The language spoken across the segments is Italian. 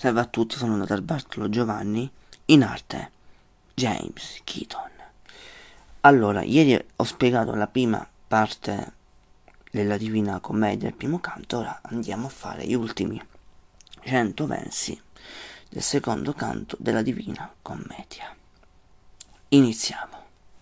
Salve a tutti, sono Natal Bartolo Giovanni, in arte James Keaton. Allora, ieri ho spiegato la prima parte della Divina Commedia, il primo canto. Ora andiamo a fare gli ultimi 100 versi del secondo canto della Divina Commedia. Iniziamo.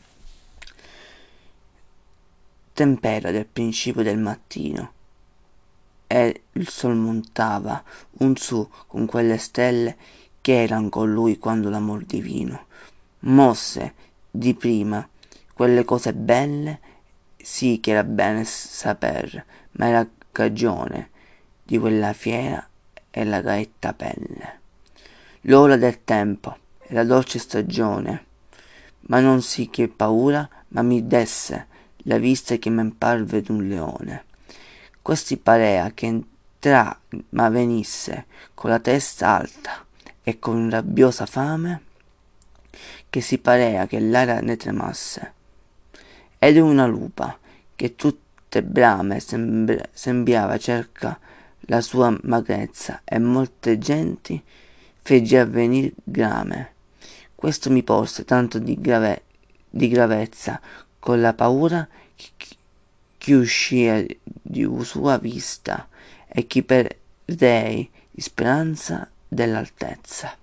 Tempera del principio del mattino, e il sol montava un su con quelle stelle che eran con lui quando l'amor divino mosse di prima quelle cose belle, sì che era bene saper, ma era cagione di quella fiera e la gaetta pelle. L'ora del tempo e la dolce stagione, ma non sì che paura, ma mi desse la vista che men parve d'un leone. Questi parea che entrà ma venisse con la testa alta e con rabbiosa fame, che si parea che l'aria ne tremasse. Ed una lupa che tutte brame sembiava cerca la sua magrezza, e molte genti fece venir grame. Questo mi porse tanto di gravezza con la paura che uscia di sua vista, e chi perdei di speranza dell'altezza.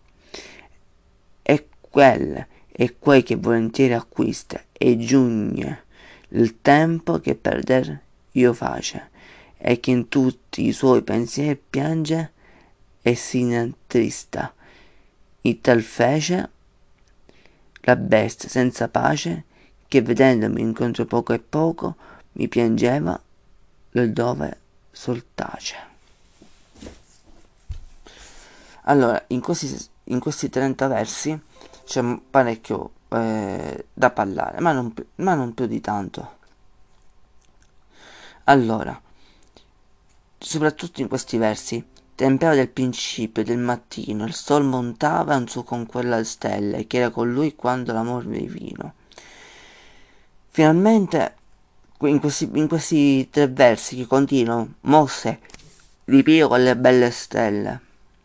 E quei che volentieri acquista, e giugne il tempo che perder io face, e che in tutti i suoi pensieri piange e si intrista. Il tal fece la bestia senza pace, che vedendomi incontro poco e poco mi piangeva il dove soltace. Allora, in questi 30 versi c'è parecchio da parlare, ma non più di tanto. Allora, soprattutto in questi versi, tempera del principio del mattino, il sol montava in su con quella stella, che era con lui quando l'amor divino. Finalmente, in questi 3 versi che continuano, mosse di Pio con le belle stelle,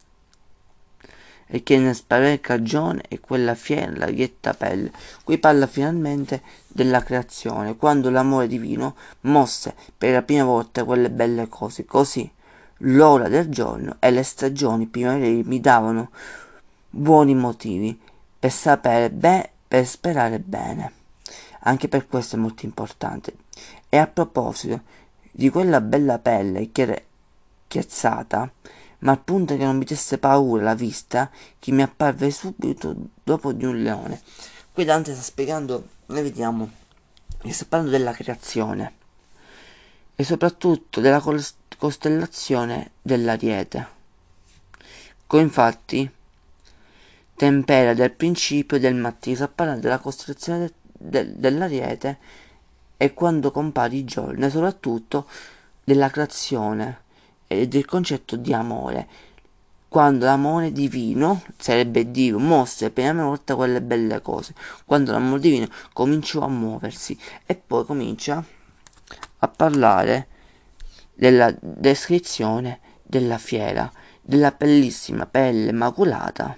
e che ne sparè cagione e quella fiera la lieta pelle. Qui parla finalmente della creazione, quando l'amore divino mosse per la prima volta quelle belle cose. Così l'ora del giorno e le stagioni primaverili mi davano buoni motivi per per sperare bene. Anche per questo è molto importante. E a proposito di quella bella pelle che era chiazzata, ma al punto che non mi desse paura la vista, che mi apparve subito dopo di un leone. Qui Dante sta spiegando, noi vediamo, che sta parlando della creazione e soprattutto della costellazione dell'Ariete. Infatti tempera del principio del mattino, sta parlando della costellazione dell'Ariete e quando compare il giorno, e soprattutto della creazione e del concetto di amore, quando l'amore divino, sarebbe Dio, mosse per la prima volta quelle belle cose, quando l'amore divino cominciò a muoversi, e poi comincia a parlare della descrizione della fiera, della bellissima pelle maculata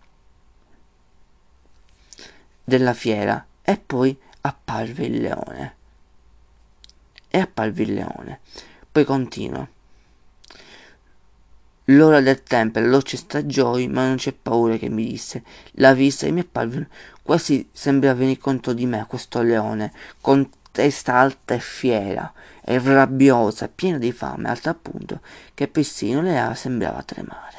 della fiera, e poi apparve il leone. Poi continua. L'ora del tempo e la dolce stagione, ma non c'è paura, che mi disse. La vista che mi apparve quasi sembrava venire contro di me questo leone, con testa alta e fiera, e rabbiosa, e piena di fame, al tal punto che persino le sembrava tremare.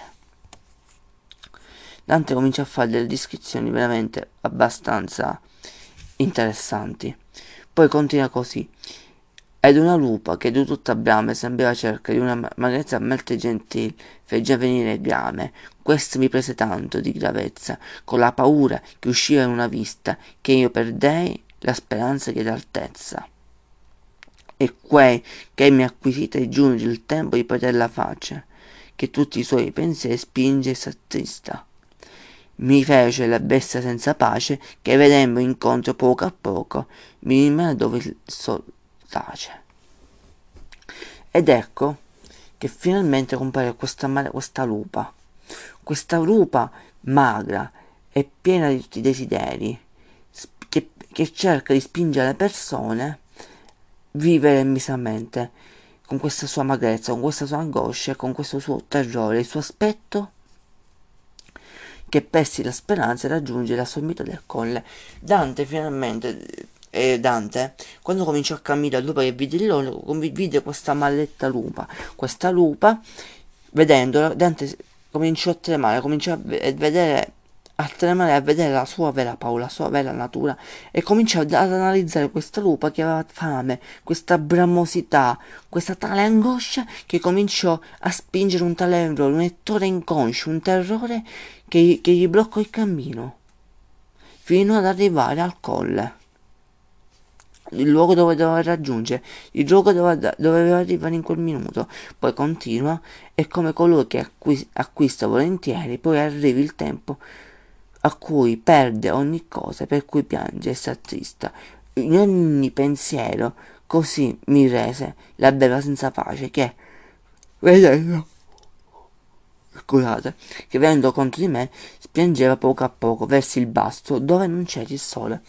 Dante comincia a fare delle descrizioni veramente abbastanza interessanti. Poi continua così. Ed una lupa che di tutta brame sembrava cerca di una magrezza molto gentil, fece venire grame. Questo mi prese tanto di gravezza, con la paura che usciva in una vista, che io perdei la speranza che d'altezza. E quei che mi acquisita e giunge il tempo di poterla face, che tutti i suoi pensieri spinge e s'attrista. Mi fece la bestia senza pace, che vedemmo incontro poco a poco, mi rimane dove il sol tace. Ed ecco che finalmente compare questa lupa, Questa lupa magra e piena di tutti i desideri, che cerca di spingere le persone a vivere miseramente, con questa sua magrezza, con questa sua angoscia, con questo suo terrore, il suo aspetto che persi la speranza di raggiungere la sommità del colle. Dante finalmente, Dante, quando cominciò a camminare dopo che vide il leone, vide questa maledetta lupa. Questa lupa, vedendola, Dante cominciò a tremare, cominciò a tremare e a vedere la sua vera paura, la sua vera natura, e cominciò ad analizzare questa lupa che aveva fame, questa bramosità, questa tale angoscia, che cominciò a spingere un tale errore, un ettore inconscio, un terrore che gli bloccò il cammino, fino ad arrivare al colle, il luogo dove doveva raggiungere, il luogo dove doveva arrivare in quel minuto. Poi continua, è come colui che acquista volentieri, poi arriva il tempo a cui perde ogni cosa, per cui piange e s'attrista. In ogni pensiero così mi rese la bella senza pace che, vedendo che venendo contro di me, spiangeva poco a poco verso il basto dove non c'era il sole.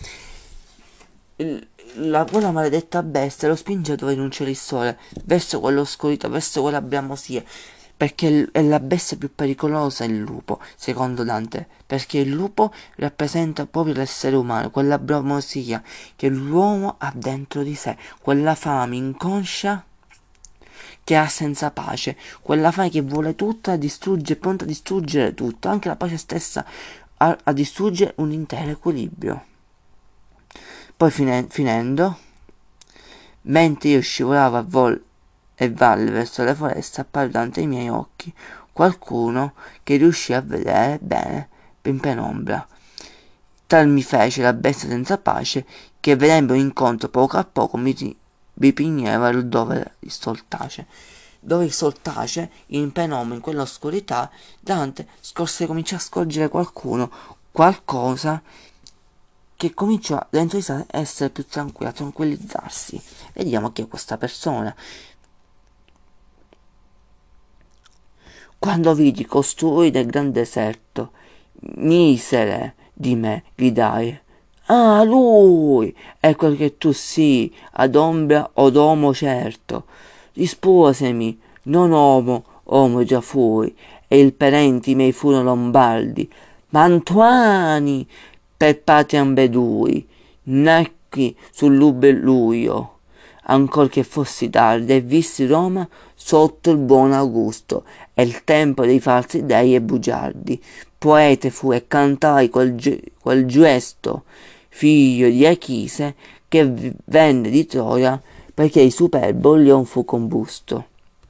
Quella maledetta bestia lo spinge dove non c'era il sole, verso quell'oscurità, verso quella bramosia, perché è la bestia più pericolosa il lupo, secondo Dante, perché il lupo rappresenta proprio l'essere umano, quella bramosia che l'uomo ha dentro di sé, quella fame inconscia che ha senza pace, quella fame che vuole tutto, è pronta a distruggere tutto, anche la pace stessa, a distruggere un intero equilibrio. Poi finendo, mentre io scivolavo a vol e valle verso le foreste, apparve davanti ai miei occhi qualcuno che riuscì a vedere bene in penombra. Tal mi fece la bestia senza pace, che vedendo incontro poco a poco mi ripigneva dove il sol tace. Dove il sol tace, in penombra, in quell'oscurità, Dante cominciò a scorgere qualcosa che cominciò dentro di sé a essere più tranquilla, a tranquillizzarsi. Vediamo chi è questa persona. Quando vidi costui nel gran deserto, misere di me, gridai. Ah, lui è quel che tu sii, ad ombra od omo certo. Risposemi, non omo già fui, e il parenti miei furono lombardi, mantuani, per patria ambedui, nacqui sull'Ubeluio, ancor che fossi tardi, e vissi Roma sotto il buon Augusto, e il tempo dei falsi dei e bugiardi. Poete fu e cantai quel gesto, figlio di Achise, che venne di Troia, perché il superbo leon fu combusto.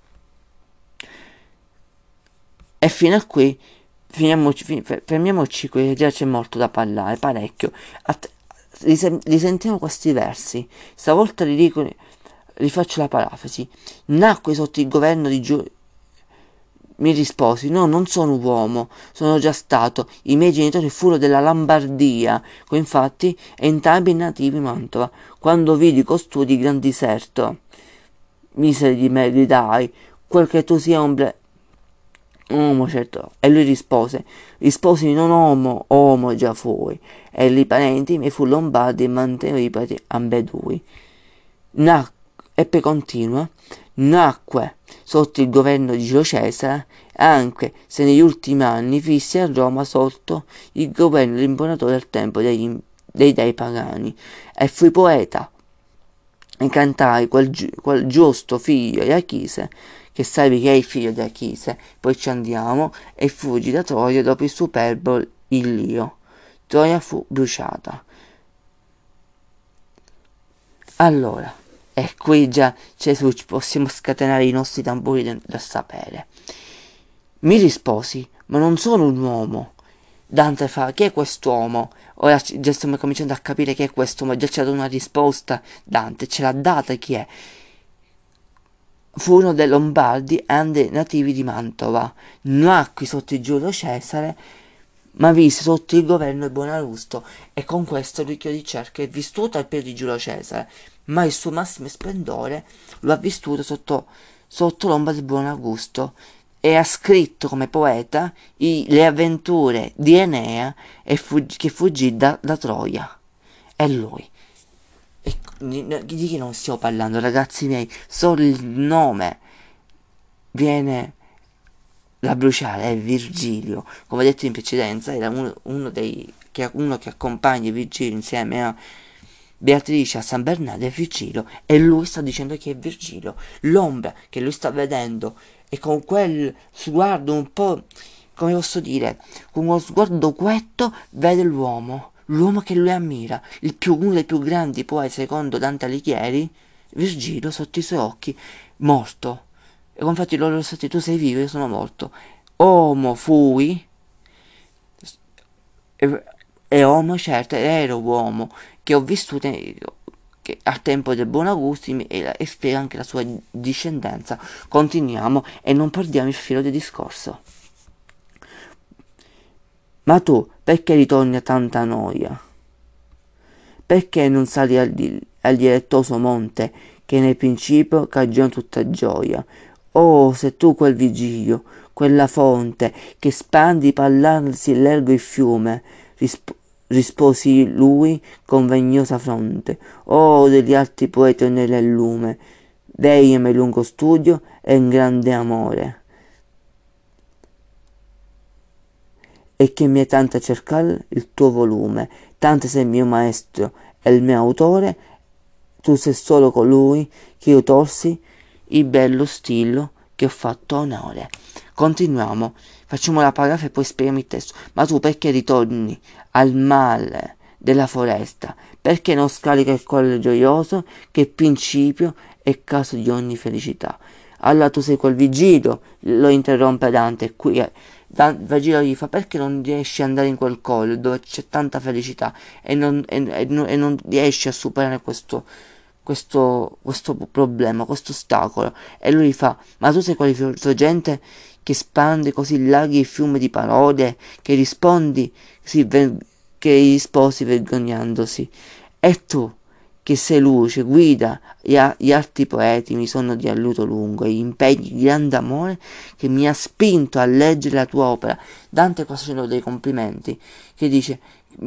E fino a qui fermiamoci qui, già c'è molto da parlare, parecchio. Risentiamo questi versi. Stavolta rifaccio la parafrasi. Nacque sotto il governo di Mi risposi, no, non sono uomo, sono già stato. I miei genitori furono della Lombardia, infatti entrambi nativi Mantova. Quando vidi costui di gran diserto, miseri di me, gridai, quel che tu sia uomo certo. E lui risposi non omo già fui, e i parenti mi fu lombardi e mantenevoli ambedui. E poi continua, nacque sotto il governo di Giulio Cesare, anche se negli ultimi anni visse a Roma sotto il governo dell'imperatore del tempo dei dei pagani, e fui poeta e cantai quel giusto figlio di Achise, che sai che è il figlio di Achise, poi ci andiamo, e fuggi da Troia dopo il superbo Illio. Troia fu bruciata. Allora, e qui già Gesù possiamo scatenare i nostri tamburi del sapere. Mi risposi, ma non sono un uomo. Dante fa, chi è quest'uomo? Ora già stiamo cominciando a capire chi è quest'uomo, già ci ha dato una risposta, Dante ce l'ha data chi è. Furono dei Lombardi e dei nativi di Mantova. Nacqui sotto il Giulio Cesare, ma visse sotto il governo di Buonaugusto, e con questo Ricchio di Cerca è vissuto al periodo di Giulio Cesare, ma il suo massimo splendore lo ha vissuto sotto l'ombra di Buonaugusto, e ha scritto come poeta le avventure di Enea che fuggì da Troia. È lui. E di chi non stiamo parlando, ragazzi miei? Solo il nome viene da bruciare, è Virgilio. Come detto in precedenza, era uno che accompagna Virgilio insieme a Beatrice a San Bernardo e Virgilio, e lui sta dicendo che è Virgilio. L'ombra che lui sta vedendo, e con quel sguardo un po', come posso dire, con uno sguardo quetto vede l'uomo che lui ammira, uno dei più grandi poeti secondo Dante Alighieri, Virgilio, sotto i suoi occhi, morto. E infatti loro sono stati: tu sei vivo, io sono morto. Homo fui, e homo, certo, ero uomo, che ho vissuto che al tempo del buon Augusto, e spiega anche la sua discendenza. Continuiamo e non perdiamo il filo del discorso. Ma tu, perché ritorni a tanta noia? Perché non sali al dilettoso monte che nel principio cagiona tutta gioia? Oh, se tu quel Vigilio, quella fonte che spandi parlarsi l'ergo il fiume, risposi lui con vegnosa fronte. Oh, degli altri poeti nel lume, vegliami lungo studio e in grande amore. E che mi è tanta cercare il tuo volume, tanto sei mio maestro e il mio autore, tu sei solo colui che io torsi il bello stilo che ho fatto onore. Continuiamo, facciamo la paragrafo e poi spieghiamo il testo. Ma tu perché ritorni al male della foresta? Perché non scarica il colle gioioso che è principio e caso di ogni felicità? Allora tu sei quel Vigilio, lo interrompe Dante, qui Virgilio gli fa: perché non riesci ad andare in quel colle dove c'è tanta felicità e non riesci a superare questo problema, questo ostacolo? E lui gli fa: ma tu sei quella gente che spande così laghi e fiumi di parole, che rispondi che risposi vergognandosi. E tu, che sei luce, guida, gli altri poeti mi sono di aiuto lungo, e gli impegni di grande amore che mi ha spinto a leggere la tua opera. Dante qua sta facendo dei complimenti, che dice: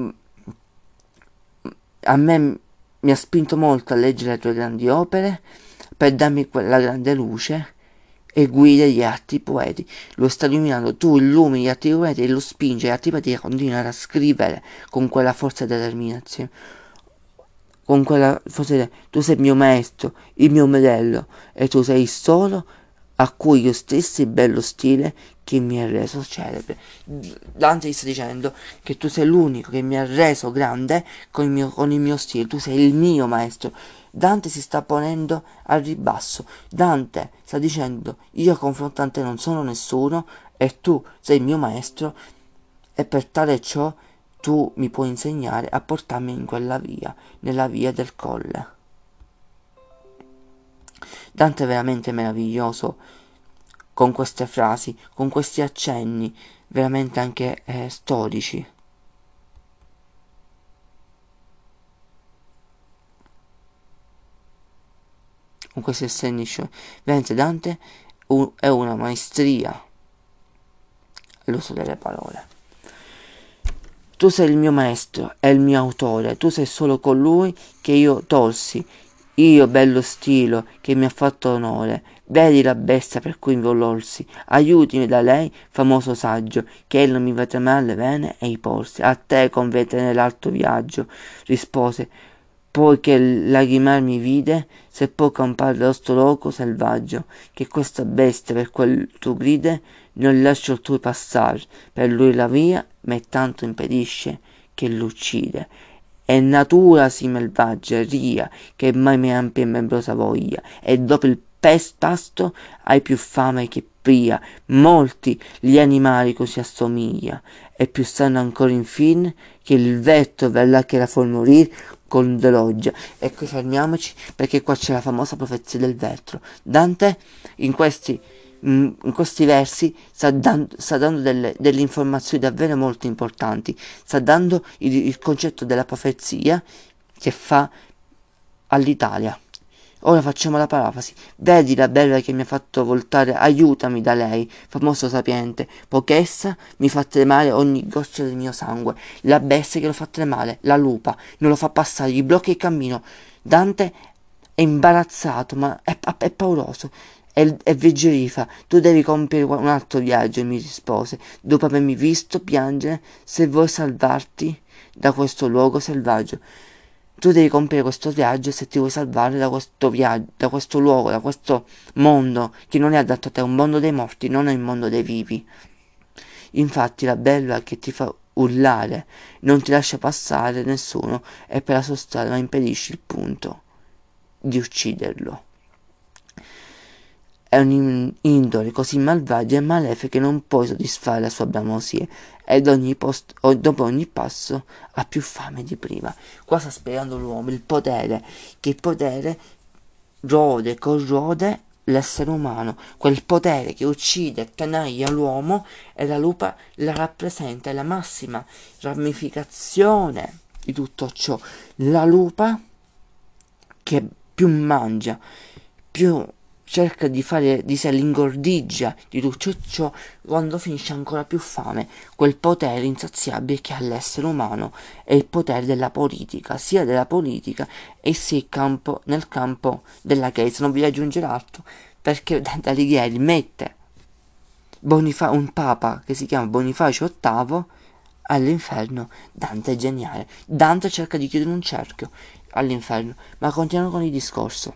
a me mi ha spinto molto a leggere le tue grandi opere per darmi quella grande luce e guida gli altri poeti. Lo sta illuminando, tu illumini gli altri poeti e lo spingi gli altri poeti a continuare a scrivere con quella forza e determinazione. Con quella forza, tu sei il mio maestro, il mio modello, e tu sei il solo a cui io stesso il bello stile che mi ha reso celebre. Dante gli sta dicendo che tu sei l'unico che mi ha reso grande con il mio stile, tu sei il mio maestro. Dante si sta ponendo al ribasso. Dante sta dicendo: io confrontante non sono nessuno e tu sei il mio maestro, e per tale ciò tu mi puoi insegnare a portarmi in quella via, nella via del colle. Dante è veramente meraviglioso con queste frasi, con questi accenni, veramente anche storici. Con questi accenni, veramente Dante è una maestria all'uso delle parole. Tu sei il mio maestro e il mio autore, tu sei solo colui che io tolsi, io bello stilo che mi ha fatto onore. Vedi la bestia per cui mi vololsi, aiutimi da lei, famoso saggio, che ella mi va tremare le vene e i polsi. A te convete nell'alto viaggio, rispose, poi che lagrimar mi vide, se può campare lo sto loco selvaggio, che questa bestia per quel tu gride, non lascio il tuo passar, per lui la via, ma tanto impedisce che l'uccide. È natura sì malvagia, ria, che mai mi ampia e membrosa voglia, e dopo il pasto hai più fame che pria, molti gli animali così assomiglia, e più sanno ancora infine che il vetto verrà che la fa morir con l'elogia. E qui fermiamoci, perché qua c'è la famosa profezia del vetro. Dante in questi versi sta dando delle informazioni davvero molto importanti, sta dando il concetto della profezia che fa all'Italia. Ora facciamo la parafrasi. Vedi la bella che mi ha fatto voltare, aiutami da lei, famoso sapiente, poiché essa mi fa tremare ogni goccia del mio sangue. La bestia che lo fa tremare, la lupa, non lo fa passare, gli blocca il cammino. Dante è imbarazzato, ma è pauroso. E Vigerifa, tu devi compiere un altro viaggio, mi rispose, dopo avermi visto piangere, se vuoi salvarti da questo luogo selvaggio. Tu devi compiere questo viaggio se ti vuoi salvare da questo viaggio, da questo luogo, da questo mondo che non è adatto a te, è un mondo dei morti, non è il mondo dei vivi. Infatti la bella che ti fa urlare non ti lascia passare nessuno è per la sua strada, ma impedisci il punto di ucciderlo. È un'indole così malvagia e malefica che non puoi soddisfare la sua bramosia ed dopo ogni passo ha più fame di prima. Qua sta spiegando l'uomo il potere, che il potere corrode l'essere umano, quel potere che uccide e tenaglia l'uomo, e la lupa la rappresenta, è la massima ramificazione di tutto ciò. La lupa che più mangia, più cerca di fare di sé l'ingordigia di tutto ciò, quando finisce ancora più fame. Quel potere insaziabile che ha l'essere umano è il potere della politica, sia della politica e sia nel campo della Chiesa. Non vi aggiungere altro, perché Dante Alighieri mette un papa che si chiama Bonifacio VIII all'inferno. Dante è geniale. Dante cerca di chiudere un cerchio all'inferno, ma continuano con il discorso.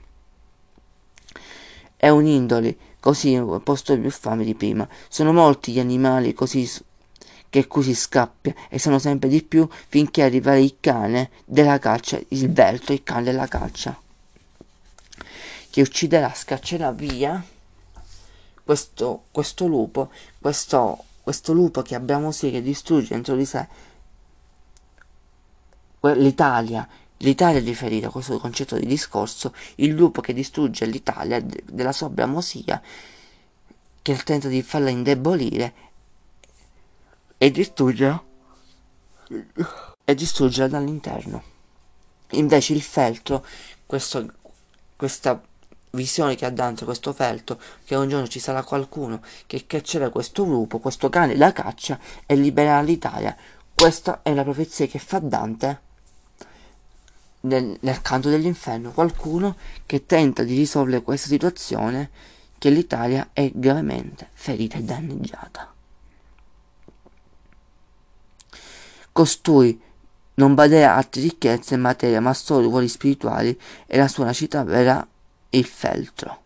È un'indole così posto più fame di prima. Sono molti gli animali che così scappia, e sono sempre di più, finché arriva il cane della caccia, il verto, il cane della caccia, che ucciderà, scaccerà via questo lupo, questo lupo che abbiamo sì, che distrugge dentro di sé l'Italia è riferita a questo concetto di discorso, il lupo che distrugge l'Italia della sua bramosia, che tenta di farla indebolire e distruggerla dall'interno. Invece il feltro, questa visione che ha Dante, questo feltro, che un giorno ci sarà qualcuno che caccerà questo lupo, questo cane da caccia, e libererà l'Italia. Questa è la profezia che fa Dante nel canto dell'inferno, qualcuno che tenta di risolvere questa situazione, che l'Italia è gravemente ferita e danneggiata. Costui non baderà a altre ricchezze in materia, ma solo ruoli spirituali, e la sua nascita verrà il feltro.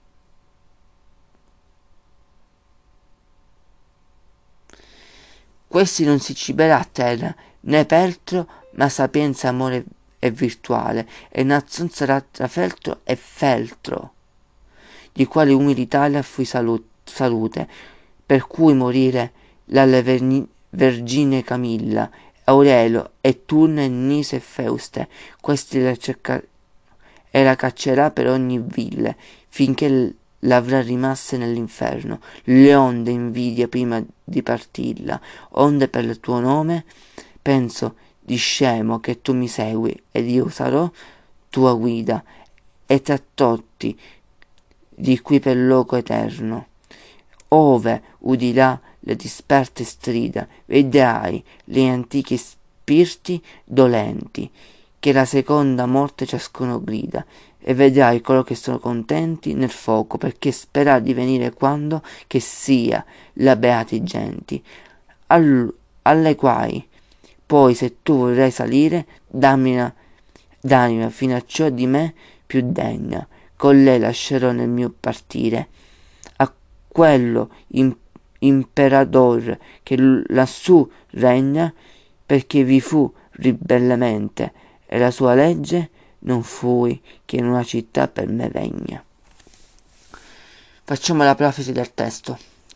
Questi non si ciberà a terra, né peltro, ma sapienza, amore e virtuale, e nazion sarà tra feltro e feltro, di quali umilità fui salute, per cui morire l'alle Vergine Camilla, Aurelio e Turno e Nise e Feuste, questi la caccerà per ogni ville, finché l'avrà rimasse nell'inferno. Le onde invidia prima di partirla, onde per il tuo nome penso di scemo che tu mi segui, ed io sarò tua guida, e tra tutti di qui per loco eterno, ove udirà le disperte strida, vedrai gli antichi spirti dolenti, che la seconda morte ciascuno grida, e vedrai coloro che sono contenti nel fuoco, perché sperar di venire quando che sia la beati genti, alle quali poi se tu vorrai salire, dammi d'anima fino a ciò di me più degna, con lei lascerò nel mio partire a quello imperador che lassù regna, perché vi fu ribellemente, e la sua legge non fui che in una città per me regna. Facciamo la parafrasi del testo.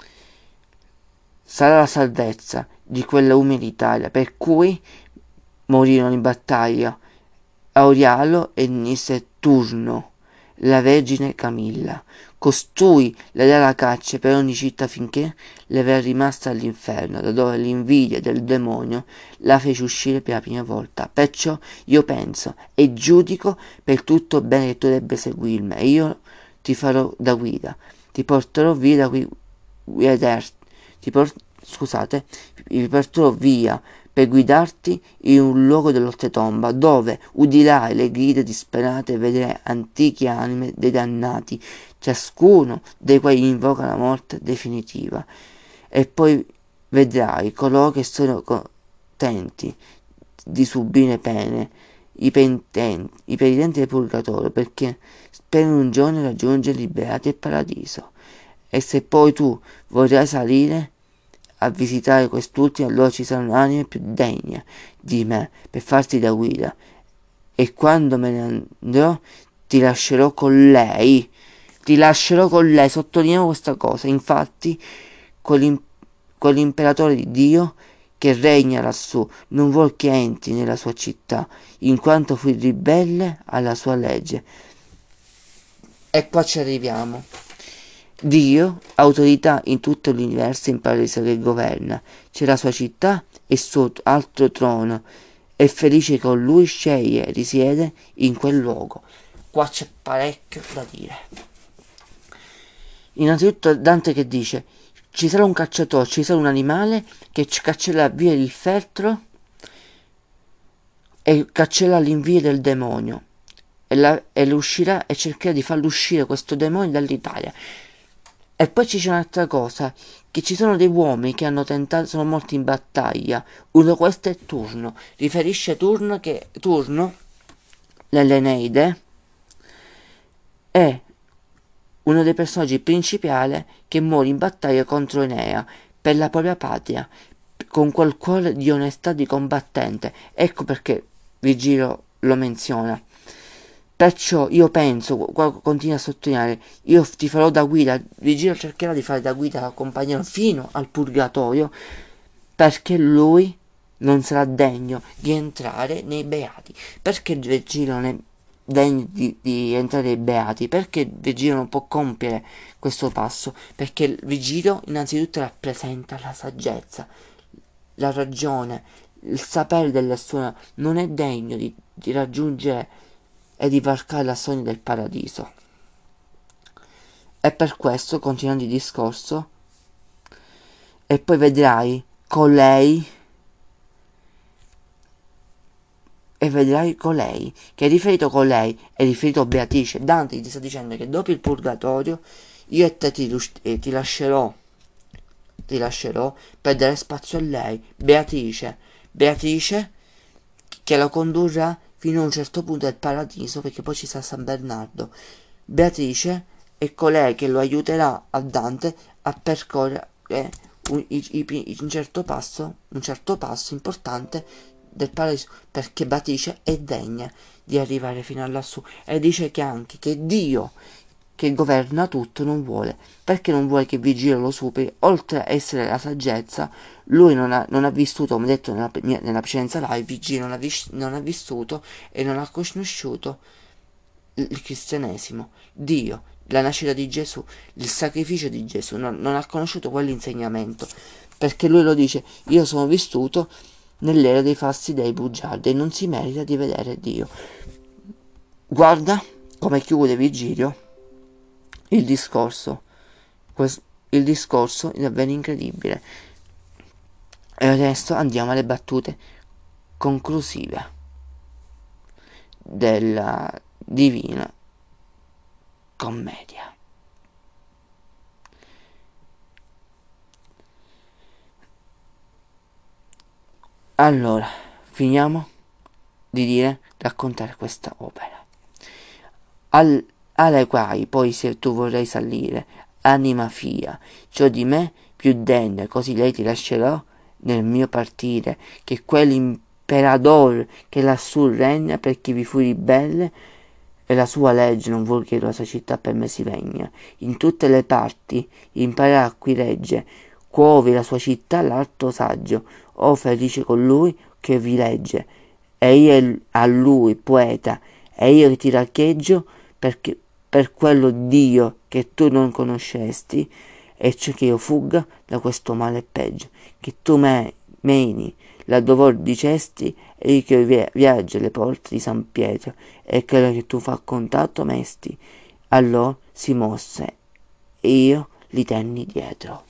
Sarà la salvezza di quella umile Italia, per cui morirono in battaglia Aurialo e Nisetturno, la Vergine Camilla. Costui le dà la caccia per ogni città finché le verrà rimasta all'inferno, da dove l'invidia del demonio la fece uscire per la prima volta. Perciò io penso e giudico per tutto bene che tu debba seguirmi, e io ti farò da guida, ti porterò via da qui, vi porterò via per guidarti in un luogo dell'oltretomba, dove udirai le grida disperate e vedrai antiche anime dei dannati, ciascuno dei quali invoca la morte definitiva. E poi vedrai coloro che sono contenti di subire pene, i penitenti del purgatorio, perché per un giorno raggiungere liberati il paradiso. E se poi tu vorrai salire a visitare quest'ultimo, allora ci saranno anime più degne di me per farti da guida, e quando me ne andrò ti lascerò con lei. Sottolineiamo questa cosa. Infatti quell'imperatore di Dio che regna lassù non vuol che entri nella sua città, in quanto fu ribelle alla sua legge. E qua ci arriviamo. Dio, autorità in tutto l'universo in paradiso che governa, c'è la sua città e il suo altro trono, è felice con lui sceglie e risiede in quel luogo. Qua c'è parecchio da dire. Innanzitutto Dante che dice: ci sarà un cacciatore, ci sarà un animale che caccerà via il feltro e caccerà l'invio del demonio, e uscirà e cercherà di farlo uscire questo demonio dall'Italia. E poi c'è un'altra cosa, che ci sono dei uomini che hanno tentato, sono morti in battaglia. Uno di questi è Turno, riferisce Turno che Turno, l'Eneide, è uno dei personaggi principali che muore in battaglia contro Enea per la propria patria, con quel cuore di onestà di combattente. Ecco perché Virgilio lo menziona. Perciò io penso, qua continua a sottolineare, io ti farò da guida, Virgilio cercherà di fare da guida al compagno fino al purgatorio, perché lui non sarà degno di entrare nei beati. Perché Virgilio non è degno di entrare nei beati? Perché Virgilio non può compiere questo passo? Perché Virgilio innanzitutto rappresenta la saggezza, la ragione, il sapere delle sue, non è degno di raggiungere e di varcare la soglia del paradiso. E per questo, continuando il discorso, e poi vedrai colei, che è riferito colei, è riferito a Beatrice. Dante ti sta dicendo che dopo il purgatorio io e te ti lascerò per dare spazio a lei, Beatrice che la condurrà fino a un certo punto del paradiso, perché poi ci sarà San Bernardo. Beatrice è colei che lo aiuterà a Dante a percorrere un certo passo importante del paradiso, perché Beatrice è degna di arrivare fino a lassù. E dice che anche che Dio, che governa tutto, non vuole, perché non vuole che Virgilio lo superi. Oltre a essere la saggezza, lui non ha vissuto, come detto nella precedenza live, Virgilio non ha vissuto e non ha conosciuto il cristianesimo, Dio, la nascita di Gesù, il sacrificio di Gesù, non ha conosciuto quell'insegnamento, perché lui lo dice: io sono vissuto nell'era dei falsi dei bugiardi e non si merita di vedere Dio. Guarda come chiude Virgilio il discorso è davvero incredibile. E adesso andiamo alle battute conclusive della Divina Commedia. Allora, finiamo di raccontare questa opera. Alle quali poi se tu vorrai salire, anima fia, ciò di me più degna, così lei ti lascerò nel mio partire, che quell'imperador che lassù regna per chi vi fu ribelle, e la sua legge non vuol che la sua città per me si regna. In tutte le parti imparerà qui regge, cuovi la sua città l'alto saggio, o felice con lui che vi legge, e io a lui poeta, e io che ti raccheggio per quello Dio che tu non conoscesti, e cioè che io fugga da questo male peggio, che tu meni laddove dicesti, e che io viaggia alle porte di San Pietro, e quello che tu fa contatto mesti. Allora si mosse, e io li tenni dietro.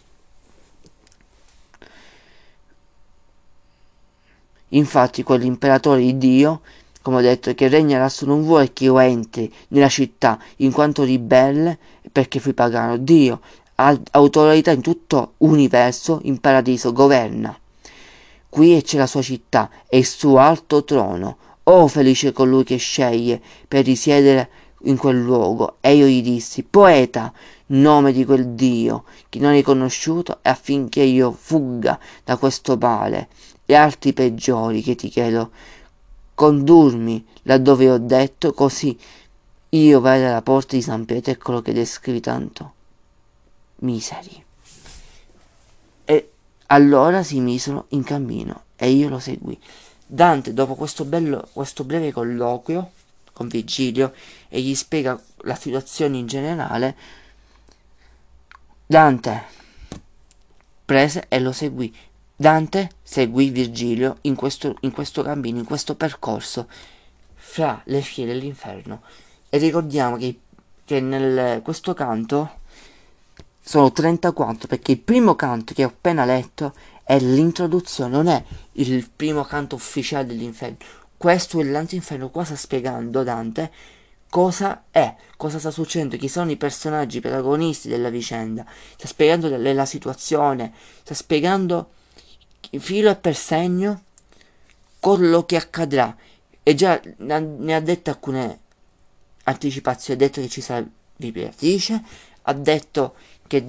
Infatti quell'imperatore di Dio, come ho detto, che regnerà su non vuole che io entri nella città in quanto ribelle, perché fui pagano. Dio ha autorità in tutto universo, in paradiso, governa. Qui c'è la sua città e il suo alto trono. Oh, felice colui che sceglie per risiedere in quel luogo. E io gli dissi: poeta, nome di quel Dio che non hai conosciuto, e affinché io fugga da questo male e altri peggiori, che ti chiedo, condurmi laddove ho detto, così io vedo alla porta di San Pietro e quello che descrivi tanto miseri. E allora si misero in cammino e io lo seguì. Dante, dopo questo breve colloquio con Virgilio, e gli spiega la situazione in generale, Dante prese e lo seguì. Dante seguì Virgilio in questo cammino, in questo percorso fra le fiere dell'inferno. E ricordiamo che nel questo canto sono 34, perché il primo canto che ho appena letto è l'introduzione, non è il primo canto ufficiale dell'inferno. Questo è l'antinferno, qua sta spiegando Dante cosa è, cosa sta succedendo, chi sono i personaggi protagonisti della vicenda, sta spiegando la situazione, sta spiegando filo e per segno quello che accadrà. E già ne ha dette alcune anticipazioni, ha detto che ci sarà Beatrice, ha detto che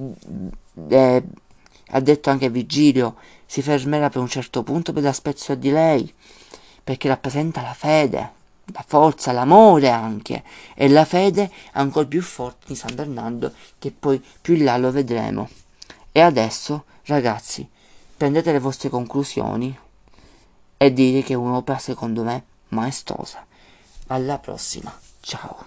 ha detto anche Vigilio si fermerà per un certo punto per l'aspetto di lei, perché rappresenta la fede, la forza, l'amore anche, e la fede ancora più forte di San Bernardo, che poi più in là lo vedremo. E adesso, ragazzi, prendete le vostre conclusioni e dite che è un'opera secondo me maestosa. Alla prossima, ciao.